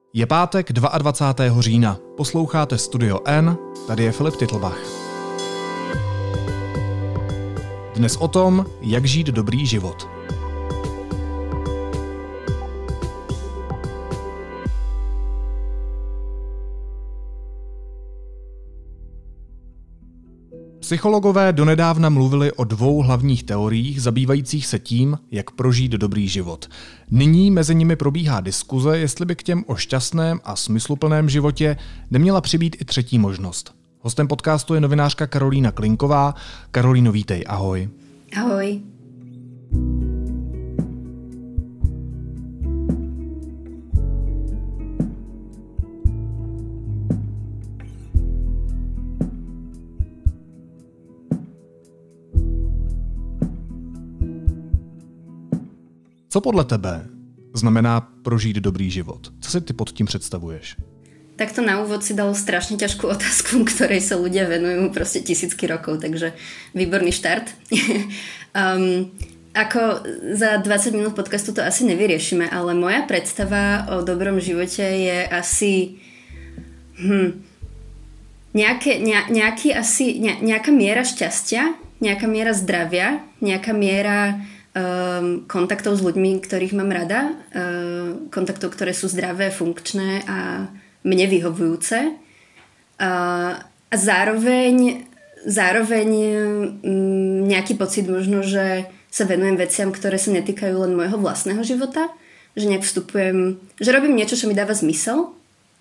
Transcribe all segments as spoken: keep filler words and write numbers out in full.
Je pátek dvacátého druhého října. Posloucháte Studio N, tady je Filip Titlbach. Dnes o tom, jak žít dobrý život. Psychologové donedávna mluvili o dvou hlavních teoriích zabývajících se tím, jak prožít dobrý život. Nyní mezi nimi probíhá diskuze, jestli by k těm o šťastném a smysluplném životě neměla přibýt i třetí možnost. Hostem podcastu je novinářka Karolína Klinková. Karolíno, vítej, ahoj. Ahoj. Co podle tebe znamená prožít dobrý život? Co si ty pod tím představuješ? Takto na úvod si dal strašne ťažkú otázku, ktorej sa ľudia venujú proste tisícky rokov, takže výborný štart. um, ako za dvadsať minút podcastu to asi nevyriešime, ale moja predstava o dobrom živote je asi hm, nejaké, ne, nejaký asi, ne, nejaká miera šťastia, nejaká miera zdravia, nejaká miera kontaktov s ľuďmi, ktorých mám rada, kontaktov, ktoré sú zdravé, funkčné a mne vyhovujúce. A zároveň, zároveň nejaký pocit možno, že sa venujem veciam, ktoré sa netýkajú len môjho vlastného života, že nejak vstupujem, že robím niečo, čo mi dáva zmysel.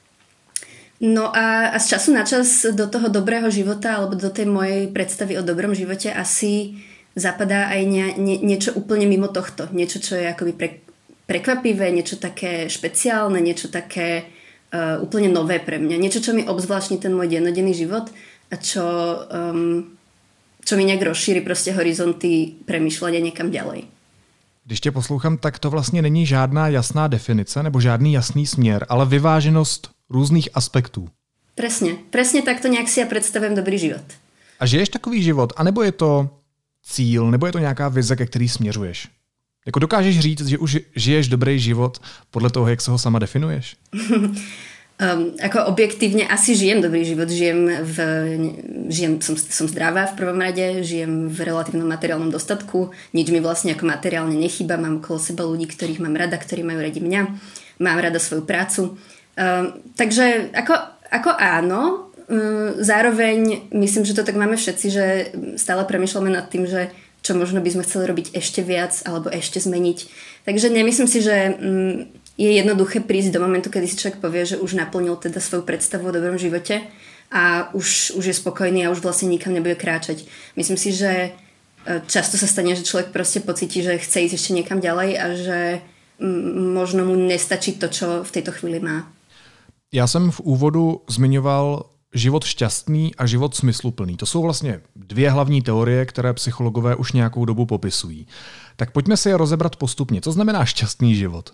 No a, a z času na čas do toho dobrého života alebo do tej mojej predstavy o dobrom živote asi zapadá aj nie, nie, niečo úplne mimo tohto. Niečo, čo je akoby pre, prekvapivé, niečo také špeciálne, niečo také uh, úplne nové pre mňa. Niečo, čo mi obzvláštni ten môj dennodenný život a čo, um, čo mi nejak rozšíri proste horizonty premýšľania niekam ďalej. Když tě poslouchám, tak to vlastně není žádná jasná definice nebo žádný jasný směr, ale vyváženost různých aspektů. Presne. Presne takto nejak si ja predstavujem dobrý život. A žiješ takový život? A nebo je to cíl, nebo je to nějaká vize, ke který směřuješ? Jako dokážeš říct, že už žiješ dobrý život podle toho, jak se ho sama definuješ? um, ako objektívne asi žijem dobrý život. Žijem, v, žijem som, som zdravá v prvom rade, žijem v relatívnom materiálnom dostatku, nič mi vlastne ako materiálne nechýba, mám okolo seba ľudí, ktorých mám rada, ktorí majú radi mňa, mám rada svoju prácu. Um, takže ako, ako áno, zároveň myslím, že to tak máme všetci, že stále premýšľame nad tým, že čo možno by sme chceli robiť ešte viac alebo ešte zmeniť. Takže nemyslím si, že je jednoduché prísť do momentu, kedy si človek povie, že už naplnil teda svoju predstavu o dobrom živote a už, už je spokojný a už vlastne nikam nebude kráčať. Myslím si, že často sa stane, že človek proste pocíti, že chce ísť ešte niekam ďalej a že možno mu nestačí to, čo v tejto chvíli má. Já jsem v úvodu zmiňoval život šťastný a život smysluplný. To jsou vlastně dvě hlavní teorie, které psychologové už nějakou dobu popisují. Tak pojďme si je rozebrat postupně. Co znamená šťastný život?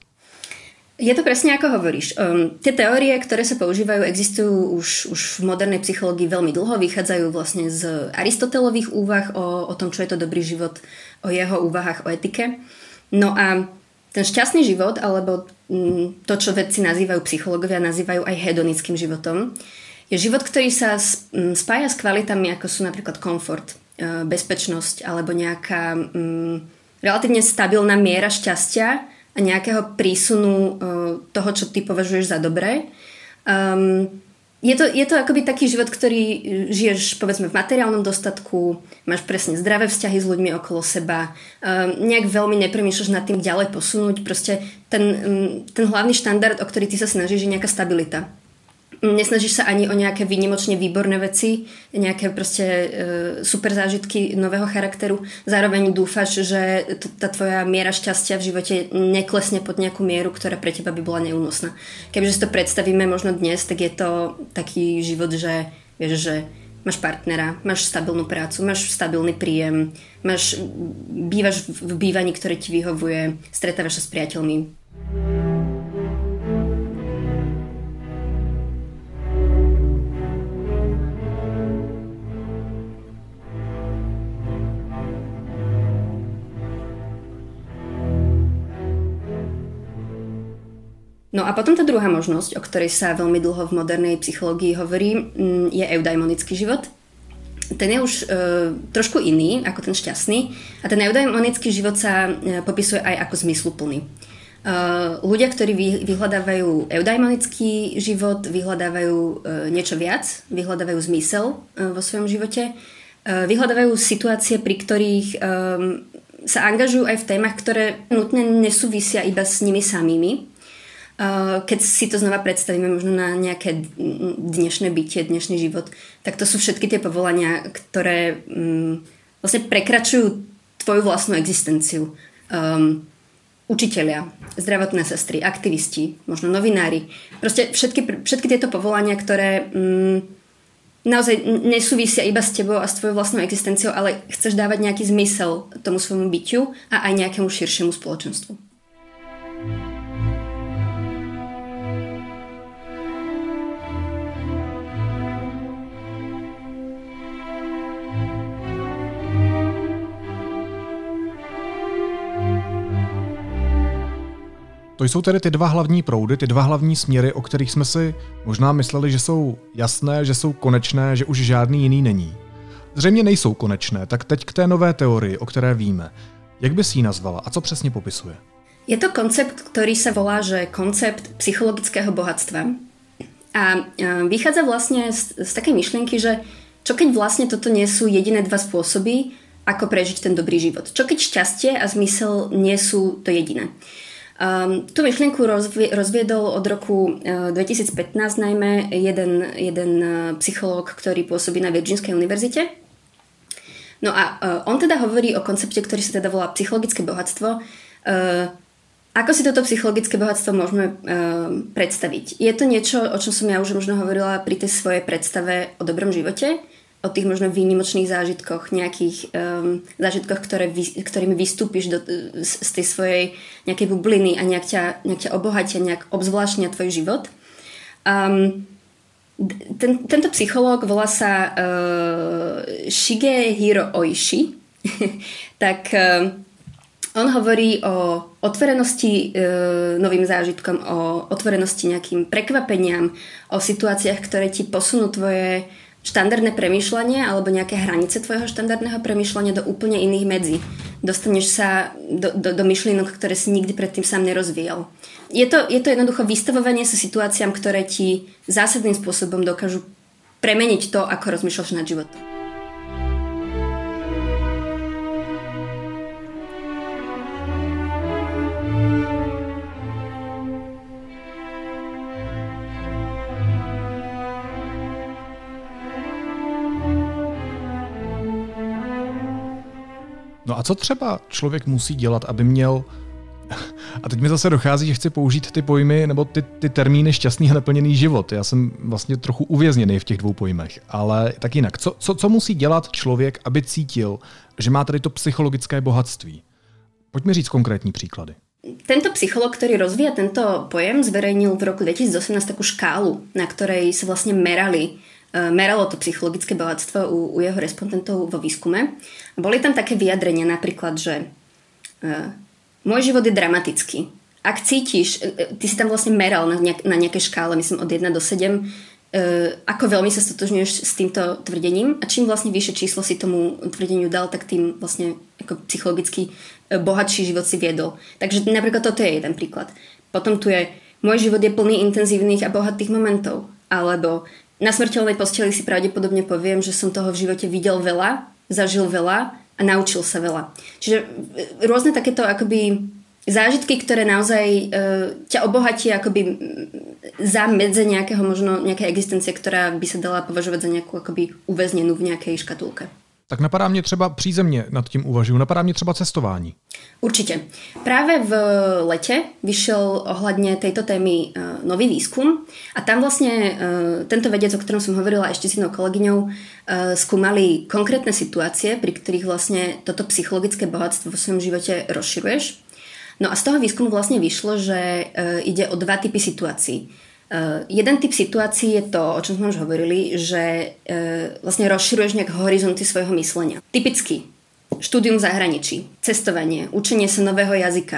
Je to presne ako hovoríš. Um, tie teórie, ktoré sa používajú, existujú už, už v modernej psychológii veľmi dlho. Vychádzajú vlastne z Aristotelových úvah o, o tom, čo je to dobrý život, o jeho úvahách o etike. No a ten šťastný život, alebo um, to, čo vedci nazývajú, psychológovia nazývajú aj hedonickým životom, je život, ktorý sa spája s kvalitami, ako sú napríklad komfort, bezpečnosť alebo nejaká um, relatívne stabilná miera šťastia a nejakého prísunu uh, toho, čo ty považuješ za dobré. Um, je, to, je to akoby taký život, ktorý žiješ povedzme v materiálnom dostatku, máš presne zdravé vzťahy s ľuďmi okolo seba, um, nejak veľmi nepremýšľaš nad tým ďalej posunúť. Proste ten, um, ten hlavný štandard, o ktorý ty sa snažíš, je nejaká stabilita. Nesnažíš sa ani o nejaké výnimočne výborné veci, nejaké proste e, super zážitky nového charakteru. Zároveň dúfaš, že t- tá tvoja miera šťastia v živote neklesne pod nejakú mieru, ktorá pre teba by bola neúnosná. Keďže si to predstavíme možno dnes, tak je to taký život, že vieš, že máš partnera, máš stabilnú prácu, máš stabilný príjem, máš, bývaš v bývaní, ktoré ti vyhovuje, stretávaš sa s priateľmi. No a potom tá druhá možnosť, o ktorej sa veľmi dlho v modernej psychológii hovorí, je eudaimonický život. Ten je už e, trošku iný ako ten šťastný a ten eudaimonický život sa e, popisuje aj ako zmysluplný. E, ľudia, ktorí vy, vyhľadávajú eudaimonický život, vyhľadávajú e, niečo viac, vyhľadávajú zmysel e, vo svojom živote, e, vyhľadávajú situácie, pri ktorých e, sa angažujú aj v témach, ktoré nutne nesúvisia iba s nimi samými. Keď si to znova predstavíme možno na nejaké dnešné bytie, dnešný život, tak to sú všetky tie povolania, ktoré um, vlastne prekračujú tvoju vlastnú existenciu. Um, učitelia, zdravotné sestry, aktivisti, možno novinári. Proste všetky, všetky tieto povolania, ktoré um, naozaj nesúvisia iba s tebou a s tvojou vlastnou existenciou, ale chceš dávať nejaký zmysel tomu svojmu bytiu a aj nejakému širšiemu spoločenstvu. To jsou tedy ty dva hlavní proudy, ty dva hlavní směry, o kterých jsme si možná mysleli, že jsou jasné, že jsou konečné, že už žádný jiný není. Zřejmě nejsou konečné, tak teď k té nové teorii, o které víme. Jak bys ji nazvala a co přesně popisuje? Je to koncept, ktorý sa volá, že koncept psychologického bohatstva. A vychádza vlastne z, z takej myšlienky, že čo keď vlastne toto nie sú jediné dva spôsoby, ako prežiť ten dobrý život. Čo keď šťastie a zmysel nie sú to jediné. Um, tú myšlienku rozvie, rozviedol od roku uh, dvetisícpätnásť najmä jeden, jeden uh, psychológ, ktorý pôsobí na Virginskej univerzite. No a uh, on teda hovorí o koncepte, ktorý sa teda volá psychologické bohatstvo. Uh, ako si toto psychologické bohatstvo môžeme uh, predstaviť? Je to niečo, o čom som ja už možno hovorila pri tej svojej predstave o dobrom živote, o tých možno výnimočných zážitkoch, nejakých um, zážitkoch, ktoré vy, ktorými vystúpiš do, z, z tej svojej nejakej bubliny a nejak ťa, nejak ťa obohatia, nejak obzvláštnia tvoj život. Um, ten, tento psychológ volá sa uh, Shigehiro Oishi. tak uh, on hovorí o otvorenosti uh, novým zážitkom, o otvorenosti nejakým prekvapeniam, o situáciách, ktoré ti posunú tvoje štandardné premýšľanie alebo nejaké hranice tvojho štandardného premýšľania do úplne iných medzí. Dostaneš sa do, do, do myšlienok, ktoré si nikdy predtým sám nerozvíjal. Je to, je to jednoducho vystavovanie sa situáciám, ktoré ti zásadným spôsobom dokážu premeniť to, ako rozmýšľaš nad životom. No a co třeba člověk musí dělat, aby měl, a teď mi zase dochází, že chci použít ty pojmy nebo ty, ty termíny šťastný a naplněný život. Já jsem vlastně trochu uvězněný v těch dvou pojmech, ale tak jinak. Co, co, co musí dělat člověk, aby cítil, že má tady to psychologické bohatství? Pojďme říct konkrétní příklady. Tento psycholog, ktorý rozvíja tento pojem, zverejnil v roku dvetisícosemnásť takú škálu, na ktorej sa vlastne merali meralo to psychologické bohatstvo u, u jeho respondentov vo výskume. Boli tam také vyjadrenia, napríklad, že uh, môj život je dramatický. Ak cítiš, uh, ty si tam vlastne meral na, nejak, na nejakej škále, myslím od jeden do sedem, uh, ako veľmi sa stotožňuješ s týmto tvrdením a čím vlastne vyššie číslo si tomu tvrdeniu dal, tak tým vlastne ako psychologicky uh, bohatší život si viedol. Takže napríklad toto je jeden príklad. Potom tu je môj život je plný intenzívnych a bohatých momentov. Alebo na smrteľnej posteli si pravdepodobne poviem, že som toho v živote videl veľa, zažil veľa a naučil sa veľa. Čiže rôzne takéto akoby zážitky, ktoré naozaj e, ťa obohatia akoby za medze nejakého možno nejakej existencie, ktorá by sa dala považovať za nejakú akoby uväznenú v nejakej škatulke. Tak napadá mě třeba přízemně nad tím uvažuju, napadá mě třeba cestování. Určite. Práve v lete vyšiel ohľadne tejto témy uh, nový výskum a tam vlastne uh, tento vedec, o ktorom som hovorila ešte s jednou kolegyňou, uh, skúmali konkrétne situácie, pri ktorých vlastne toto psychologické bohatstvo vo svojom živote rozširuješ. No a z toho výskumu vlastne vyšlo, že uh, ide o dva typy situácií. Uh, jeden typ situácií je to, o čom sme už hovorili, že uh, vlastne rozširuješ nejak horizonty svojho myslenia. Typicky štúdium v zahraničí, cestovanie, učenie sa nového jazyka,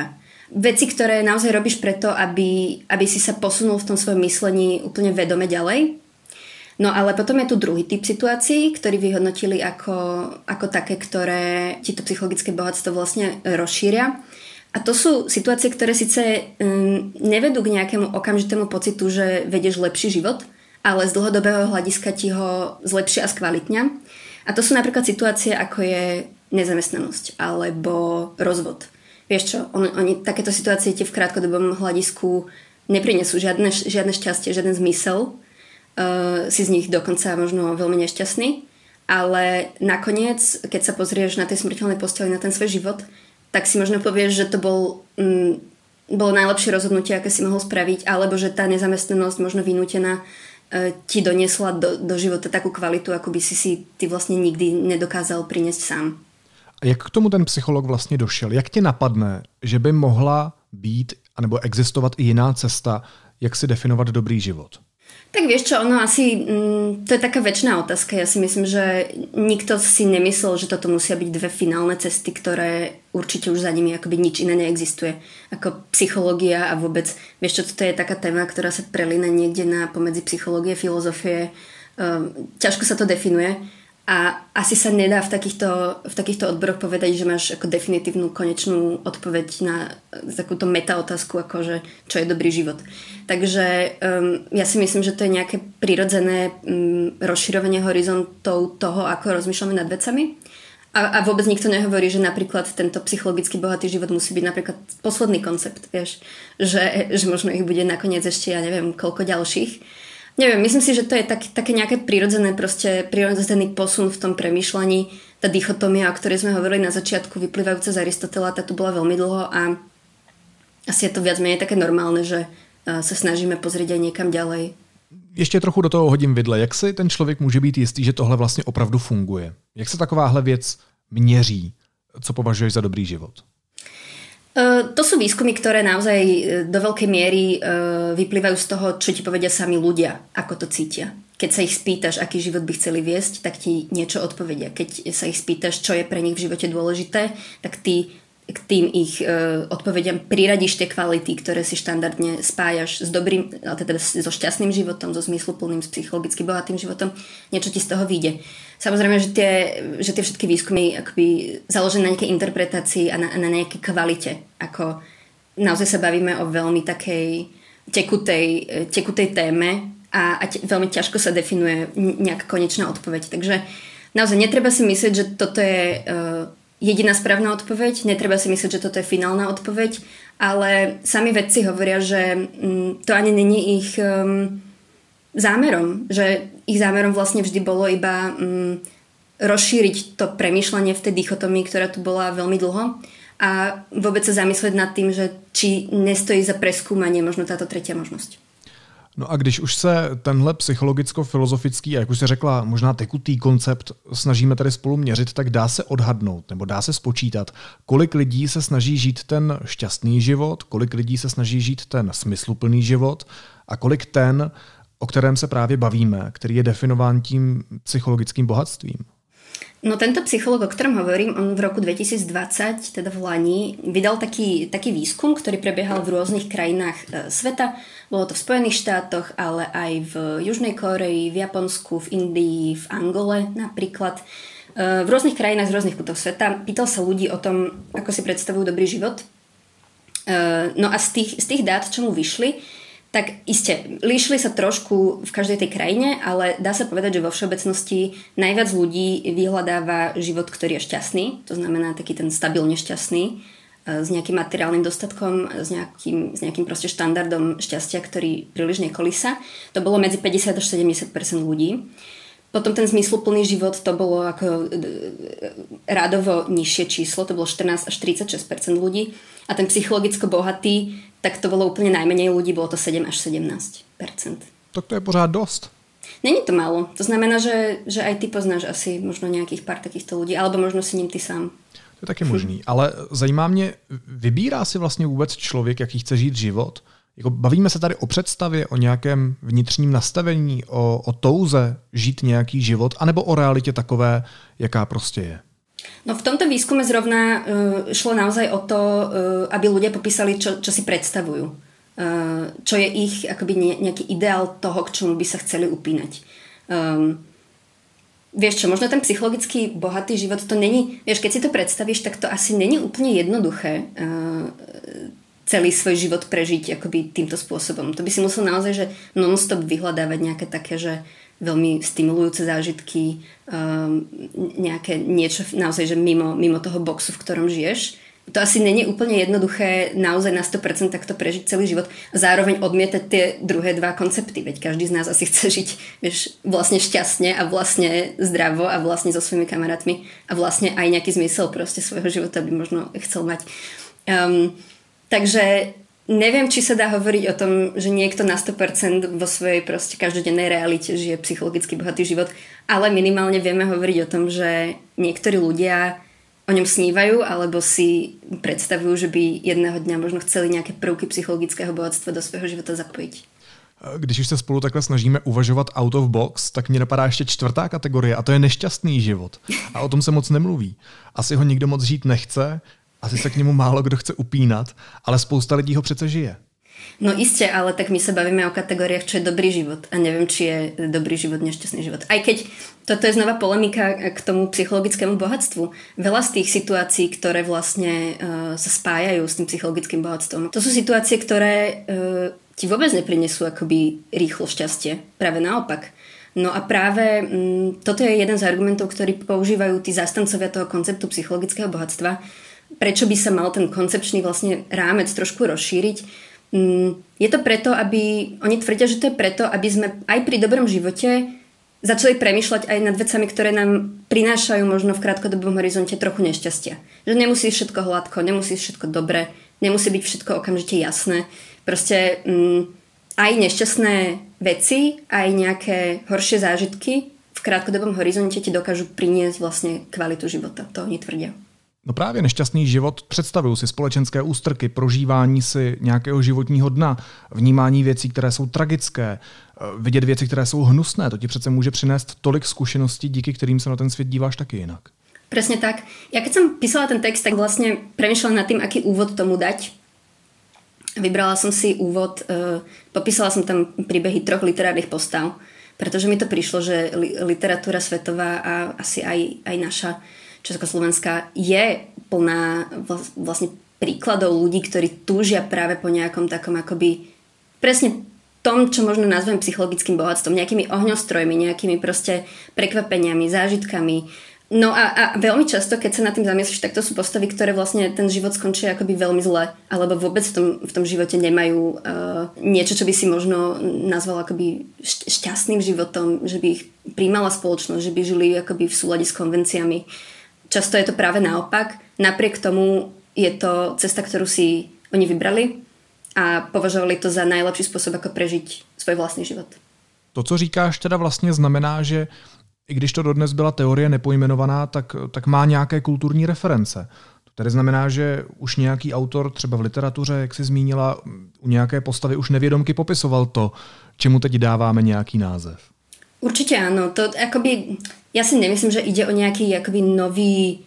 veci, ktoré naozaj robíš preto, aby, aby si sa posunul v tom svojom myslení úplne vedome ďalej. No ale potom je tu druhý typ situácií, ktorí vyhodnotili ako, ako také, ktoré ti to psychologické bohatstvo vlastne rozšíria. A to sú situácie, ktoré síce um, nevedú k nejakému okamžitému pocitu, že vedieš lepší život, ale z dlhodobého hľadiska ti ho zlepšia a skvalitňa. A to sú napríklad situácie, ako je nezamestnanosť alebo rozvod. Vieš čo, on, oni takéto situácie ti v krátkodobom hľadisku neprinesú žiadne, žiadne šťastie, žiaden zmysel. Uh, si z nich dokonca možno veľmi nešťastný. Ale nakoniec, keď sa pozrieš na tej smrteľnej posteli na ten svoj život, tak si možno povieš, že to bol, um, bolo najlepšie rozhodnutie, aké si mohol spraviť, alebo že tá nezamestnanosť možno vynútená uh, ti doniesla do, do života takú kvalitu, ako by si si ty vlastne nikdy nedokázal priniesť sám. A jak k tomu ten psycholog vlastně došel? Jak tě napadne, že by mohla být anebo existovat i jiná cesta, jak si definovat dobrý život? Tak vieš čo, ono asi, mm, to je taká večná otázka. Ja si myslím, že nikto si nemyslel, že toto musia byť dve finálne cesty, ktoré určite už za nimi akoby nič iné neexistuje. Ako psychológia a vôbec, vieš čo, toto je taká téma, ktorá sa prelína niekde na pomedzi psychológie, filozofie. Um, ťažko sa to definuje. A asi sa nedá v takýchto, v takýchto odboroch povedať, že máš ako definitívnu konečnú odpoveď na takúto metaotázku, ako že čo je dobrý život. Takže um, ja si myslím, že to je nejaké prirodzené um, rozširovanie horizontov toho, ako rozmýšľame nad vecami. A, a vôbec nikto nehovorí, že napríklad tento psychologicky bohatý život musí byť napríklad posledný koncept, vieš, že, že možno ich bude nakoniec ešte, ja neviem, koľko ďalších. Neviem, myslím si, že to je tak, také nejaké prirodzené, proste prirodzený posun v tom premýšľaní. Tá dichotómia, o ktorej sme hovorili na začiatku, vyplývajúca z Aristotela, tá tu bola veľmi dlho a asi je to viac menej také normálne, že sa snažíme pozrieť aj niekam ďalej. Ještě trochu do toho hodím vidle. Jak si ten člověk může být jistý, že tohle vlastně opravdu funguje? Jak se takováhle věc měří? Co považuješ za dobrý život? To sú výskumy, ktoré naozaj do veľkej miery vyplývajú z toho, čo ti povedia sami ľudia, ako to cítia. Keď sa ich spýtaš, aký život by chceli viesť, tak ti niečo odpovedia. Keď sa ich spýtaš, čo je pre nich v živote dôležité, tak ty k tým ich uh, odpovediam priradíš tie kvality, ktoré si štandardne spájaš s dobrým, teda so šťastným životom, so zmysluplným, s psychologicky bohatým životom. Niečo ti z toho vyjde. Samozrejme, že tie, že tie všetky výskumy akoby založené na nejakej interpretácii a na, na nejakej kvalite. Ako naozaj sa bavíme o veľmi takej tekutej, tekutej téme a, a te, veľmi ťažko sa definuje nejaká konečná odpoveď. Takže naozaj netreba si myslieť, že toto je uh, jediná správna odpoveď, netreba si myslieť, že toto je finálna odpoveď, ale sami vedci hovoria, že um, to ani není ich um, zámerom, že ich zámerom vlastne vždy bolo iba um, rozšíriť to premýšľanie v tej dichotomii, ktorá tu bola veľmi dlho a vôbec sa zamyslieť nad tým, že či nestojí za preskúmanie možno táto tretia možnosť. No a když už se tenhle psychologicko-filozofický a jak už jsi řekla, možná tekutý koncept snažíme tady spolu měřit, tak dá se odhadnout nebo dá se spočítat, kolik lidí se snaží žít ten šťastný život, kolik lidí se snaží žít ten smysluplný život a kolik ten, o kterém se právě bavíme, který je definován tím psychologickým bohatstvím. No tento psycholog, o ktorom hovorím, on v roku dvetisícdvadsať, teda v Lani, vydal taký, taký výskum, ktorý prebiehal v rôznych krajinách e, sveta. Bolo to v Spojených štátoch, ale aj v Južnej Kóreji, v Japonsku, v Indii, v Angole napríklad. E, v rôznych krajinách z rôznych kútov sveta. Pýtal sa ľudí o tom, ako si predstavujú dobrý život. E, no a z tých, z tých dát, čo mu vyšli, tak iste, líšili sa trošku v každej tej krajine, ale dá sa povedať, že vo všeobecnosti najviac ľudí vyhľadáva život, ktorý je šťastný, to znamená taký ten stabilne šťastný, s nejakým materiálnym dostatkom, s nejakým, s nejakým proste štandardom šťastia, ktorý príliš nekolísa. To bolo medzi päťdesiat až sedemdesiat percent ľudí. Potom ten zmysluplný život, to bolo ako rádovo nižšie číslo, to bolo štrnásť až tridsaťšesť percent ľudí. A ten psychologicko bohatý, tak to bolo úplne najmenej ľudí, bolo to sedem až sedemnásť percent. Tak to je pořád dost. Není to málo. To znamená, že, že aj ty poznáš asi možno nejakých pár takýchto ľudí, alebo možno si ním ty sám. To je taky možný. Ale zajímá mě, vybírá si vlastně vůbec člověk, jaký chce žít život? Jako bavíme se tady o představě, o nějakém vnitřním nastavení, o, o touze žít nějaký život, anebo o realitě takové, jaká prostě je? No v tomto výskume zrovna uh, šlo naozaj o to, uh, aby ľudia popísali, čo, čo si predstavujú. Uh, čo je ich akoby nejaký ideál toho, k čomu by sa chceli upínať. Um, vieš čo, možno ten psychologicky bohatý život to není, vieš, keď si to predstavíš, tak to asi není úplne jednoduché uh, celý svoj život prežiť akoby týmto spôsobom. To by si musel naozaj, že non-stop vyhľadávať nejaké také, že veľmi stimulujúce zážitky, um, nejaké niečo naozaj, že mimo, mimo toho boxu, v ktorom žiješ. To asi není úplne jednoduché naozaj na sto percent takto prežiť celý život a zároveň odmietať tie druhé dva koncepty, veď každý z nás asi chce žiť, vieš, vlastne šťastne a vlastne zdravo a vlastne so svojimi kamarátmi a vlastne aj nejaký zmysel proste svojho života by možno chcel mať. Um, takže neviem, či sa dá hovoriť o tom, že niekto na sto percent vo svojej proste každodennej realite žije psychologicky bohatý život, ale minimálne vieme hovoriť o tom, že niektorí ľudia o ňom snívajú alebo si predstavujú, že by jedného dňa možno chceli nejaké prvky psychologického bohatstva do svého života zapojiť. Když už se spolu takhle snažíme uvažovat out of box, tak mě napadá ještě čtvrtá kategorie a to je nešťastný život. A o tom se moc nemluví. Asi ho nikdo moc žít nechce, asi se k němu málo kdo chce upínat, ale spousta lidí ho přece žije. No iste, ale tak my sa bavíme o kategóriách, čo je dobrý život a neviem, či je dobrý život nešťastný život. Aj keď toto je znova polemika k tomu psychologickému bohatstvu. Veľa z tých situácií, ktoré vlastne uh, sa spájajú s tým psychologickým bohatstvom, to sú situácie, ktoré uh, ti vôbec neprinesú akoby rýchlo šťastie. Práve naopak. No a práve um, toto je jeden z argumentov, ktorý používajú tí zástancovia toho konceptu psychologického bohatstva. Prečo by sa mal ten koncepčný vlastne rámec trošku rozšíriť? Je to preto, aby, oni tvrdia, že to je preto, aby sme aj pri dobrom živote začali premýšľať aj nad vecami, ktoré nám prinášajú možno v krátkodobom horizonte trochu nešťastia. Že nemusí všetko hladko, nemusí všetko dobre, nemusí byť všetko okamžite jasné. Proste um, aj nešťastné veci, aj nejaké horšie zážitky v krátkodobom horizonte ti dokážu priniesť vlastne kvalitu života. To oni tvrdia. No právě nešťastný život, představuju si společenské ústrky, prožívání si nějakého životního dna, vnímání věcí, které jsou tragické, vidět věci, které jsou hnusné. To ti přece může přinést tolik zkušeností, díky kterým se na ten svět díváš taky jinak. Presne tak. Ja keď som písala ten text, tak vlastne premýšľala nad tým, aký úvod tomu dať. Vybrala som si úvod, uh, popísala som tam príbehy troch literárnych postav, pretože mi to prišlo, že li- literatúra svetová a asi aj, aj naša Československá je plná vlastne príkladov ľudí, ktorí túžia práve po nejakom takom akoby presne tom, čo možno nazvem psychologickým bohatstvom, nejakými ohňostrojmi, nejakými proste prekvapeniami, zážitkami. No a, a veľmi často, keď sa nad tým zamyslíš, tak to sú postavy, ktoré vlastne ten život skončia akoby veľmi zle, alebo vôbec v tom, v tom živote nemajú uh, niečo, čo by si možno nazval akoby šťastným životom, že by ich príjmala spoločnosť, že by žili akoby v súlade s konvenciami. Často je to práve naopak. Napriek tomu je to cesta, ktorú si oni vybrali a považovali to za najlepší spôsob, ako prežiť svoj vlastný život. To, co říkáš, teda vlastně znamená, že i když to dodnes byla teorie nepojmenovaná, tak, tak má nějaké kulturní reference. To tedy znamená, že už nějaký autor třeba v literatuře, jak jsi zmínila, u nějaké postavy už nevědomky popisoval to, čemu teď dáváme nějaký název. Určite áno. To, akoby, ja si nemyslím, že ide o nejaký akoby nový,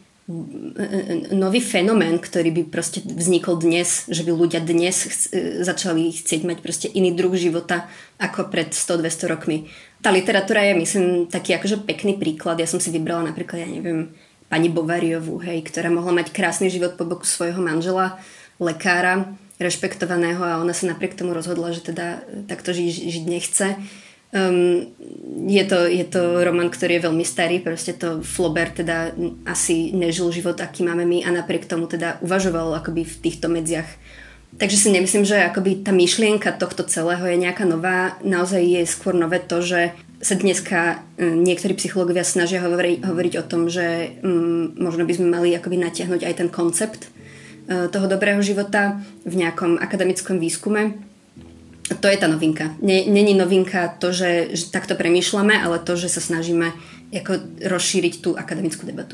nový fenomén, ktorý by proste vznikol dnes, že by ľudia dnes chc- začali chcieť mať proste iný druh života ako pred sto dvesto rokmi. Tá literatúra je, myslím, taký akože pekný príklad. Ja som si vybrala napríklad, ja neviem, pani Bovaryovú, hej, ktorá mohla mať krásny život po boku svojho manžela, lekára, rešpektovaného, a ona sa napriek tomu rozhodla, že teda takto ži- žiť nechce. Um, je, to, je to román, ktorý je veľmi starý, proste to Flaubert teda asi nežil život, aký máme my, a napriek tomu teda uvažoval akoby v týchto medziach. Takže si nemyslím, že akoby tá myšlienka tohto celého je nejaká nová. Naozaj je skôr nové to, že sa dneska niektorí psychológovia snažia hovoriť, hovoriť o tom, že um, možno by sme mali akoby natiahnuť aj ten koncept uh, toho dobrého života v nejakom akademickom výskume. To je tá novinka. Není novinka to, že, že takto premýšľame, ale to, že sa snažíme ako rozšíriť tú akademickú debatu.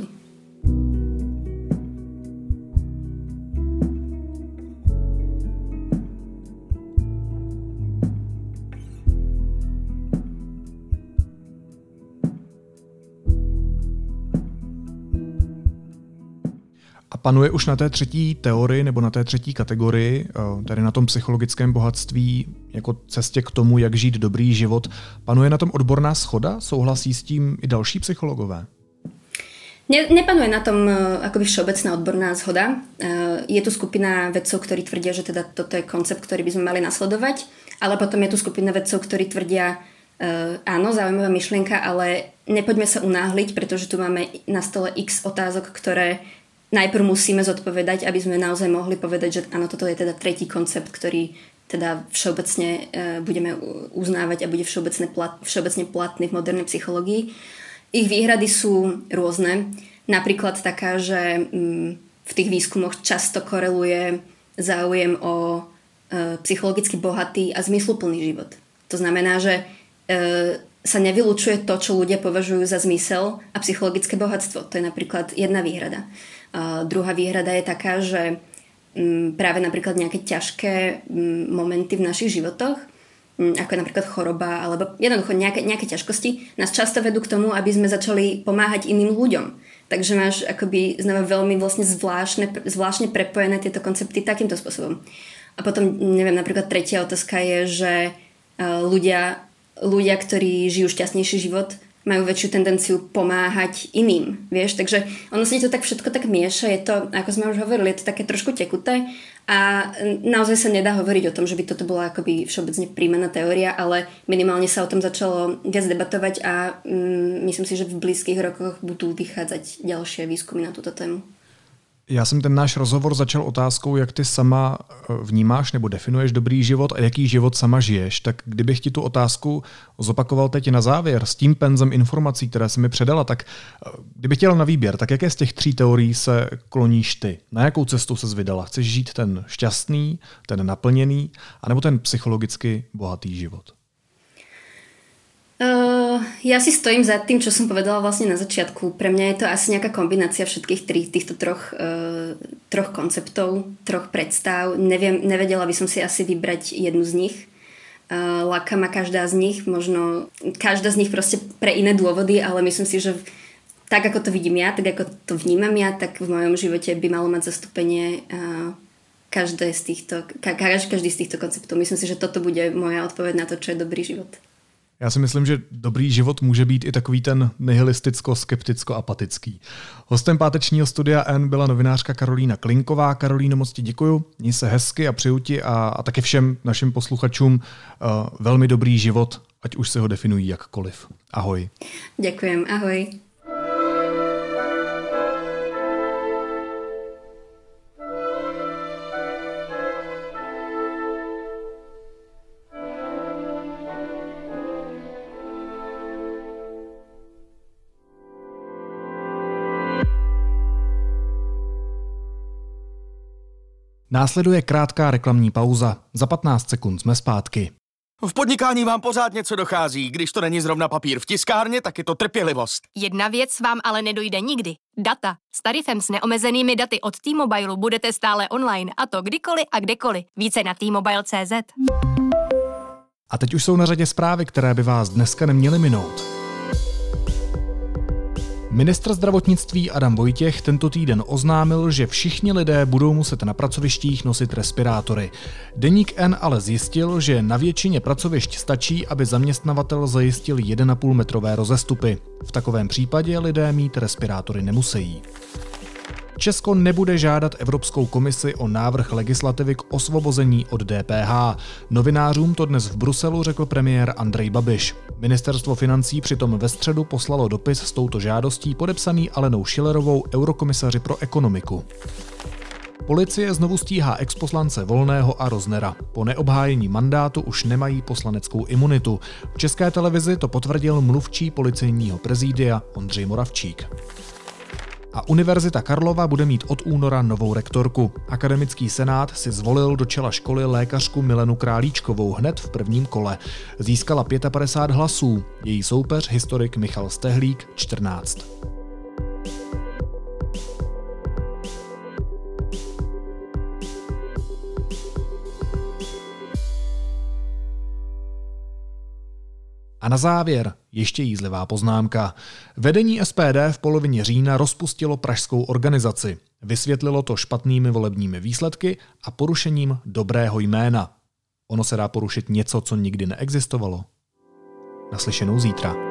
A panuje už na té třetí teorii nebo na té třetí kategorii, tedy na tom psychologickém bohatství jako cestě k tomu, jak žít dobrý život, panuje na tom odborná shoda? Souhlasí s tím i další psychologové? Ne, nepanuje na tom akoby všeobecná odborná zhoda. Je tu skupina vedcov, ktorí tvrdia, že teda toto je koncept, ktorý by sme mali nasledovať, ale potom je tu skupina vedcov, ktorí tvrdia, áno, zaujímavá myšlienka, ale nepoďme sa unáhliť, pretože tu máme na stole x otázok, ktoré najprv musíme zodpovedať, aby sme naozaj mohli povedať, že áno, toto je teda tretí koncept, ktorý teda všeobecne budeme uznávať a bude všeobecne, plat, všeobecne platný v modernej psychológii. Ich výhrady sú rôzne. Napríklad taká, že v tých výskumoch často koreluje záujem o psychologicky bohatý a zmysluplný život. To znamená, že sa nevylučuje to, čo ľudia považujú za zmysel a psychologické bohatstvo. To je napríklad jedna výhrada. Druhá výhrada je taká, že práve napríklad nejaké ťažké momenty v našich životoch, ako je napríklad choroba alebo jednoducho nejaké, nejaké ťažkosti, nás často vedú k tomu, aby sme začali pomáhať iným ľuďom. Takže máš akoby znova veľmi vlastne zvláštne, zvláštne prepojené tieto koncepty takýmto spôsobom. A potom, neviem, napríklad tretia otázka je, že ľudia, ľudia, ktorí žijú šťastnejší život, majú väčšiu tendenciu pomáhať iným, vieš, takže ono sa to tak všetko tak mieša, je to, ako sme už hovorili, je to také trošku tekuté a naozaj sa nedá hovoriť o tom, že by toto bola akoby všeobecne príjmaná teória, ale minimálne sa o tom začalo viac debatovať a mm, myslím si, že v blízkych rokoch budú vychádzať ďalšie výskumy na túto tému. Já jsem ten náš rozhovor začal otázkou, jak ty sama vnímáš nebo definuješ dobrý život a jaký život sama žiješ. Tak kdybych ti tu otázku zopakoval teď na závěr s tím penzem informací, které jsi mi předala, tak kdybych chtěl na výběr, tak jaké z těch tří teorií se kloníš ty? Na jakou cestu ses vydala? Chceš žít ten šťastný, ten naplněný, anebo ten psychologicky bohatý život? Uh, ja si stojím za tým, čo som povedala vlastne na začiatku. Pre mňa je to asi nejaká kombinácia všetkých tri, týchto troch, uh, troch konceptov, troch predstav. Neviem, nevedela by som si asi vybrať jednu z nich. Uh, láka ma každá z nich, možno každá z nich proste pre iné dôvody, ale myslím si, že tak ako to vidím ja, tak ako to vnímam ja, tak v mojom živote by malo mať zastúpenie uh, každé z týchto, ka, každý z týchto konceptov. Myslím si, že toto bude moja odpoveď na to, čo je dobrý život. Já si myslím, že dobrý život může být i takový ten nihilisticko-skepticko-apatický. Hostem pátečního Studia N byla novinářka Karolína Klinková. Karolíno, moc ti děkuju, měj se hezky a přeju ti a, a taky všem našim posluchačům uh, velmi dobrý život, ať už se ho definují jakkoliv. Ahoj. Děkujem, ahoj. Následuje krátká reklamní pauza. Za patnáct sekund jsme zpátky. V podnikání vám pořád něco dochází. Když to není zrovna papír v tiskárně, tak je to trpělivost. Jedna věc vám ale nedojde nikdy. Data. S tarifem s neomezenými daty od T-Mobile budete stále online, a to kdykoliv a kdekoliv. Více na T Mobile tečka cé zet. A teď už jsou na řadě zprávy, které by vás dneska neměly minout. Ministr zdravotnictví Adam Vojtěch tento týden oznámil, že všichni lidé budou muset na pracovištích nosit respirátory. Deník N ale zjistil, že na většině pracovišť stačí, aby zaměstnavatel zajistil jedna a půl metrové rozestupy. V takovém případě lidé mít respirátory nemusejí. Česko nebude žádat Evropskou komisi o návrh legislativy k osvobození od D P H. Novinářům to dnes v Bruselu řekl premiér Andrej Babiš. Ministerstvo financí přitom ve středu poslalo dopis s touto žádostí podepsaný Alenou Schillerovou, eurokomisaři pro ekonomiku. Policie znovu stíhá exposlance Volného a Roznera. Po neobhájení mandátu už nemají poslaneckou imunitu. V České televizi to potvrdil mluvčí policejního prezídia Ondřej Moravčík. A Univerzita Karlova bude mít od února novou rektorku. Akademický senát si zvolil do čela školy lékařku Milenu Králíčkovou hned v prvním kole. Získala padesát pět hlasů, její soupeř historik Michal Stehlík čtrnáct. A na závěr ještě jízlivá poznámka. Vedení S P D v polovině října rozpustilo pražskou organizaci. Vysvětlilo to špatnými volebními výsledky a porušením dobrého jména. Ono se dá porušit něco, co nikdy neexistovalo. Naslyšenou zítra.